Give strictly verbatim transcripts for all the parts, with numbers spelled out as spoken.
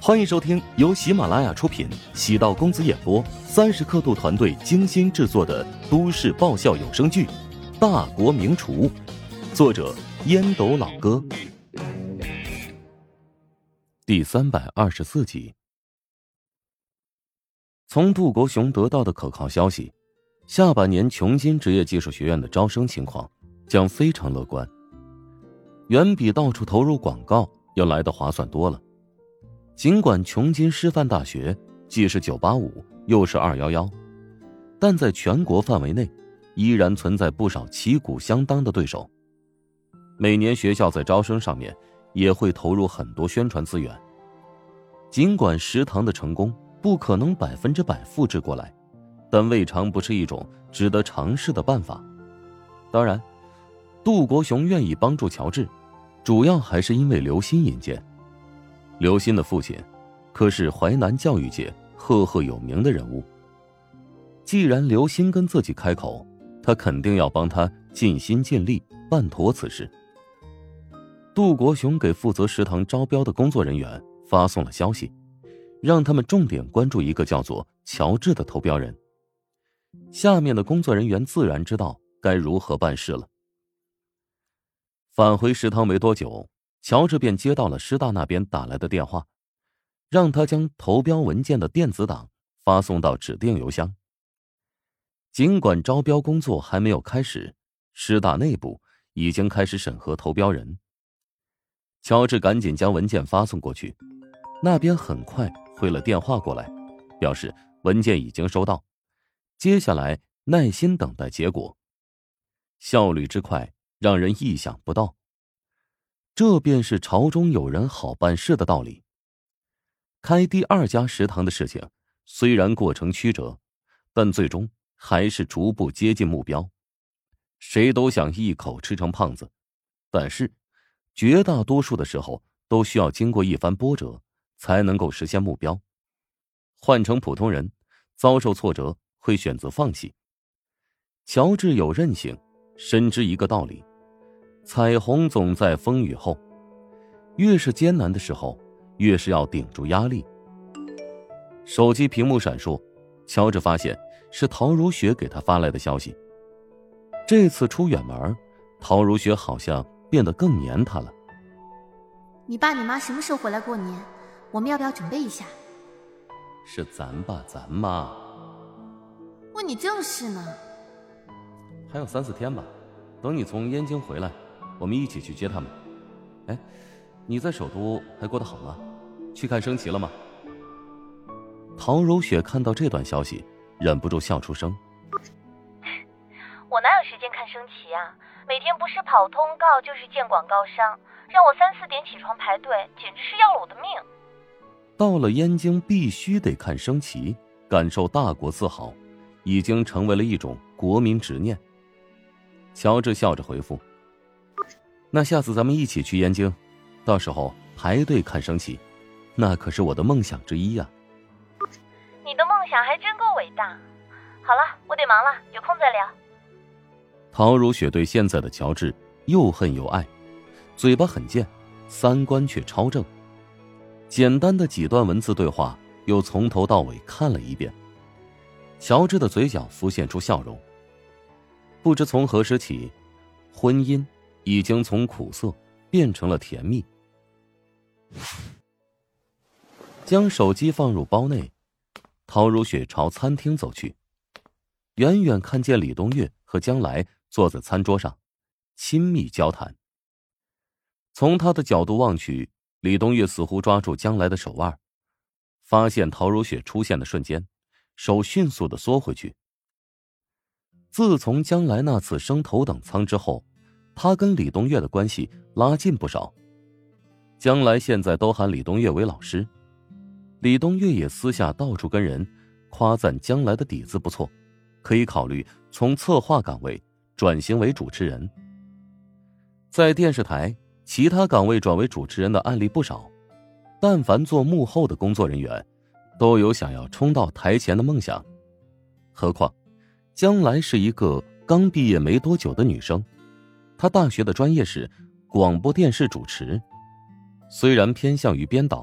欢迎收听由喜马拉雅出品，喜道公子演播，三十刻度团队精心制作的都市爆笑有声剧《大国名厨》，作者烟斗老哥，第三百二十四集。从杜国雄得到的可靠消息，下半年琼金职业技术学院的招生情况将非常乐观，远比到处投入广告要来得划算多了。尽管琼金师范大学既是九八五又是二一一，但在全国范围内依然存在不少旗鼓相当的对手。每年学校在招生上面也会投入很多宣传资源。尽管食堂的成功不可能百分之百复制过来，但未尝不是一种值得尝试的办法。当然，杜国雄愿意帮助乔治，主要还是因为刘鑫引荐。刘鑫的父亲可是淮南教育界赫赫有名的人物，既然刘鑫跟自己开口，他肯定要帮他尽心尽力办妥此事。杜国雄给负责食堂招标的工作人员发送了消息，让他们重点关注一个叫做乔治的投标人。下面的工作人员自然知道该如何办事了。返回食堂没多久，乔治便接到了师大那边打来的电话，让他将投标文件的电子档发送到指定邮箱。尽管招标工作还没有开始，师大内部已经开始审核投标人。乔治赶紧将文件发送过去，那边很快回了电话过来，表示文件已经收到，接下来耐心等待结果。效率之快让人意想不到，这便是朝中有人好办事的道理。开第二家食堂的事情虽然过程曲折，但最终还是逐步接近目标。谁都想一口吃成胖子，但是绝大多数的时候都需要经过一番波折才能够实现目标。换成普通人，遭受挫折会选择放弃。乔治有韧性，深知一个道理，彩虹总在风雨后，越是艰难的时候，越是要顶住压力。手机屏幕闪烁，乔治发现是陶如雪给他发来的消息。这次出远门，陶如雪好像变得更黏他了。 你爸你妈什么时候回来过年？我们要不要准备一下？ 是咱爸咱妈。 问你正事呢。 还有三四天吧，等你从燕京回来，我们一起去接他们。哎，你在首都还过得好吗？去看升旗了吗？陶如雪看到这段消息，忍不住笑出声。 我哪有时间看升旗啊？每天不是跑通告就是见广告商，让我三四点起床排队，简直是要了我的命。 到了燕京必须得看升旗，感受大国自豪，已经成为了一种国民执念。乔治笑着回复：那下次咱们一起去燕京，到时候排队看升旗，那可是我的梦想之一呀。 你的梦想还真够伟大。好了，我得忙了，有空再聊。 陶如雪对现在的乔治又恨又爱，嘴巴很贱，三观却超正。简单的几段文字对话又从头到尾看了一遍，乔治的嘴角浮现出笑容。不知从何时起，婚姻已经从苦涩变成了甜蜜。将手机放入包内，陶如雪朝餐厅走去，远远看见李东岳和将来坐在餐桌上亲密交谈。从他的角度望去，李东岳似乎抓住将来的手腕，发现陶如雪出现的瞬间，手迅速地缩回去。自从将来那次升头等舱之后，他跟李东岳的关系拉近不少。将来现在都喊李东岳为老师，李东岳也私下到处跟人夸赞将来的底子不错，可以考虑从策划岗位转型为主持人。在电视台其他岗位转为主持人的案例不少，但凡做幕后的工作人员都有想要冲到台前的梦想。何况将来是一个刚毕业没多久的女生，她大学的专业是广播电视主持，虽然偏向于编导，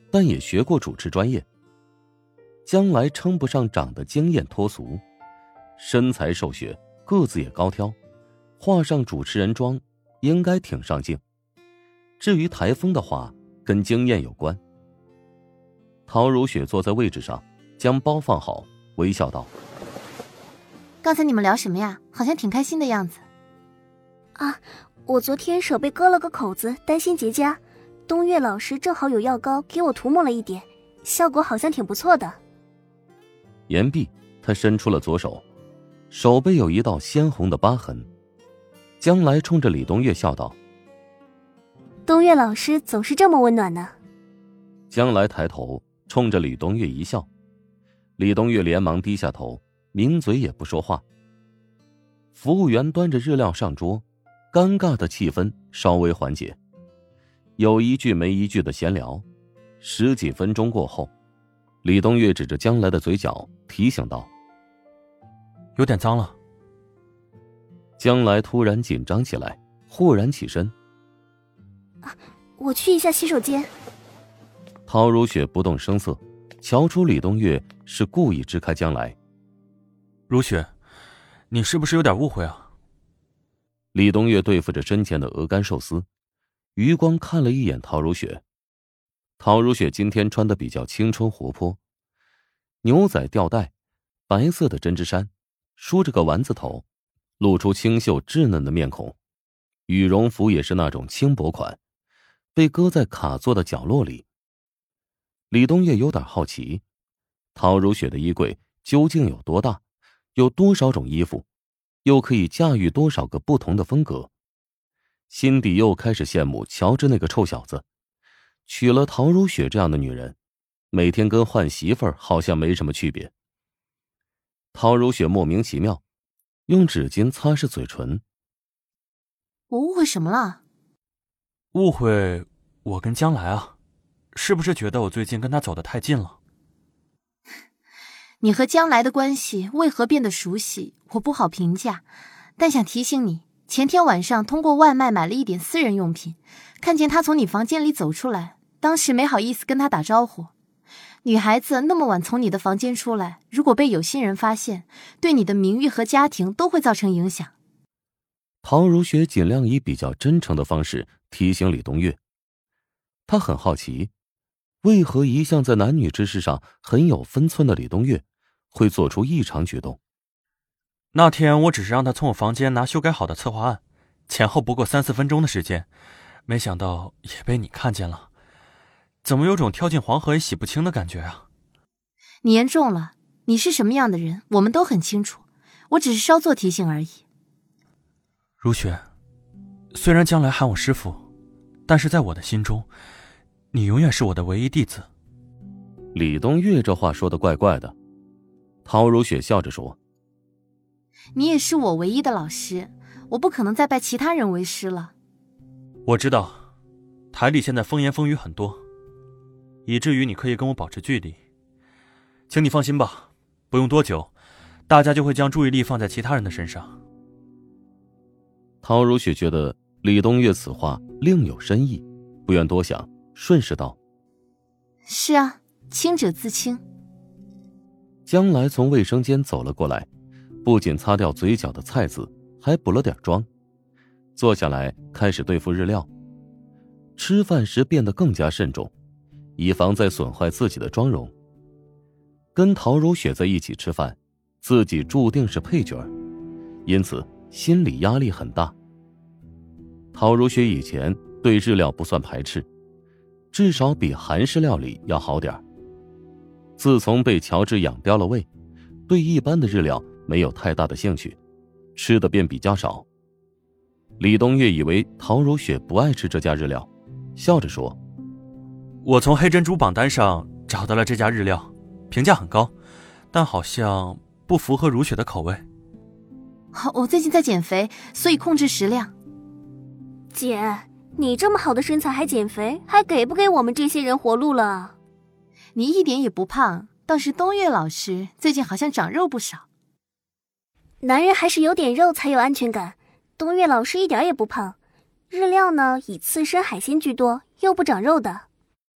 但也学过主持专业。将来称不上长得惊艳脱俗，身材瘦削，个子也高挑，化上主持人妆应该挺上镜。至于台风的话，跟经验有关。陶如雪坐在位置上，将包放好，微笑道： 刚才你们聊什么呀？好像挺开心的样子。 啊，我昨天手被割了个口子，担心结痂，东岳老师正好有药膏给我涂抹了一点，效果好像挺不错的。 言毕，他伸出了左手，手背有一道鲜红的疤痕。将来冲着李东岳笑道： 东岳老师总是这么温暖呢。 将来抬头冲着李东岳一笑，李东岳连忙低下头，抿嘴也不说话。服务员端着日料上桌，尴尬的气氛稍微缓解，有一句没一句的闲聊。十几分钟过后，李东岳指着将来的嘴角提醒道： 有点脏了。 将来突然紧张起来，豁然起身： 啊，我去一下洗手间。 陶如雪不动声色，瞧出李东岳是故意支开将来。 如雪，你是不是有点误会啊？ 李东岳对付着身前的鹅肝寿司，余光看了一眼陶如雪。陶如雪今天穿得比较青春活泼，牛仔吊带，白色的针织衫，梳着个丸子头，露出清秀稚嫩的面孔。羽绒服也是那种轻薄款，被搁在卡座的角落里。李东岳有点好奇，陶如雪的衣柜究竟有多大，有多少种衣服，又可以驾驭多少个不同的风格。心底又开始羡慕乔治那个臭小子，娶了陶如雪这样的女人，每天跟换媳妇儿好像没什么区别。陶如雪莫名其妙，用纸巾擦拭嘴唇。 我误会什么了？ 误会我跟将来啊，是不是觉得我最近跟他走得太近了？ 你和将来的关系为何变得熟悉，我不好评价，但想提醒你，前天晚上通过外卖买了一点私人用品，看见他从你房间里走出来，当时没好意思跟他打招呼。女孩子那么晚从你的房间出来，如果被有心人发现，对你的名誉和家庭都会造成影响。 陶如雪尽量以比较真诚的方式提醒李东岳。他很好奇，为何一向在男女之事上很有分寸的李东岳会做出异常举动。 那天我只是让他从我房间拿修改好的策划案，前后不过三四分钟的时间，没想到也被你看见了，怎么有种跳进黄河也洗不清的感觉啊？ 你言重了，你是什么样的人我们都很清楚，我只是稍作提醒而已。 如雪，虽然将来喊我师父，但是在我的心中，你永远是我的唯一弟子。 李东岳这话说得怪怪的。陶如雪笑着说： 你也是我唯一的老师，我不可能再拜其他人为师了。 我知道台里现在风言风语很多，以至于你可以跟我保持距离，请你放心吧，不用多久，大家就会将注意力放在其他人的身上。 陶如雪觉得李东岳此话另有深意，不愿多想，顺势道： 是啊，清者自清。 将来从卫生间走了过来，不仅擦掉嘴角的菜渍，还补了点妆，坐下来开始对付日料。吃饭时变得更加慎重，以防再损坏自己的妆容。跟陶如雪在一起吃饭，自己注定是配角，因此心理压力很大。陶如雪以前对日料不算排斥，至少比韩式料理要好点。自从被乔治养刁了胃，对一般的日料没有太大的兴趣，吃的便比较少。李东岳以为陶如雪不爱吃这家日料，笑着说： 我从黑珍珠榜单上找到了这家日料，评价很高，但好像不符合如雪的口味。 我最近在减肥，所以控制食量。 姐，你这么好的身材还减肥，还给不给我们这些人活路了？ 你一点也不胖，倒是东岳老师最近好像长肉不少。 男人还是有点肉才有安全感，东岳老师一点也不胖，日料呢以刺身海鲜居多，又不长肉的。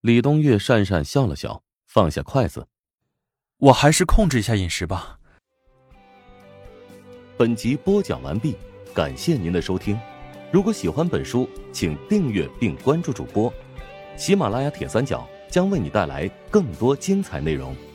李东岳讪讪笑了笑，放下筷子。 我还是控制一下饮食吧。 本集播讲完毕，感谢您的收听。如果喜欢本书，请订阅并关注主播。喜马拉雅铁三角将为你带来更多精彩内容。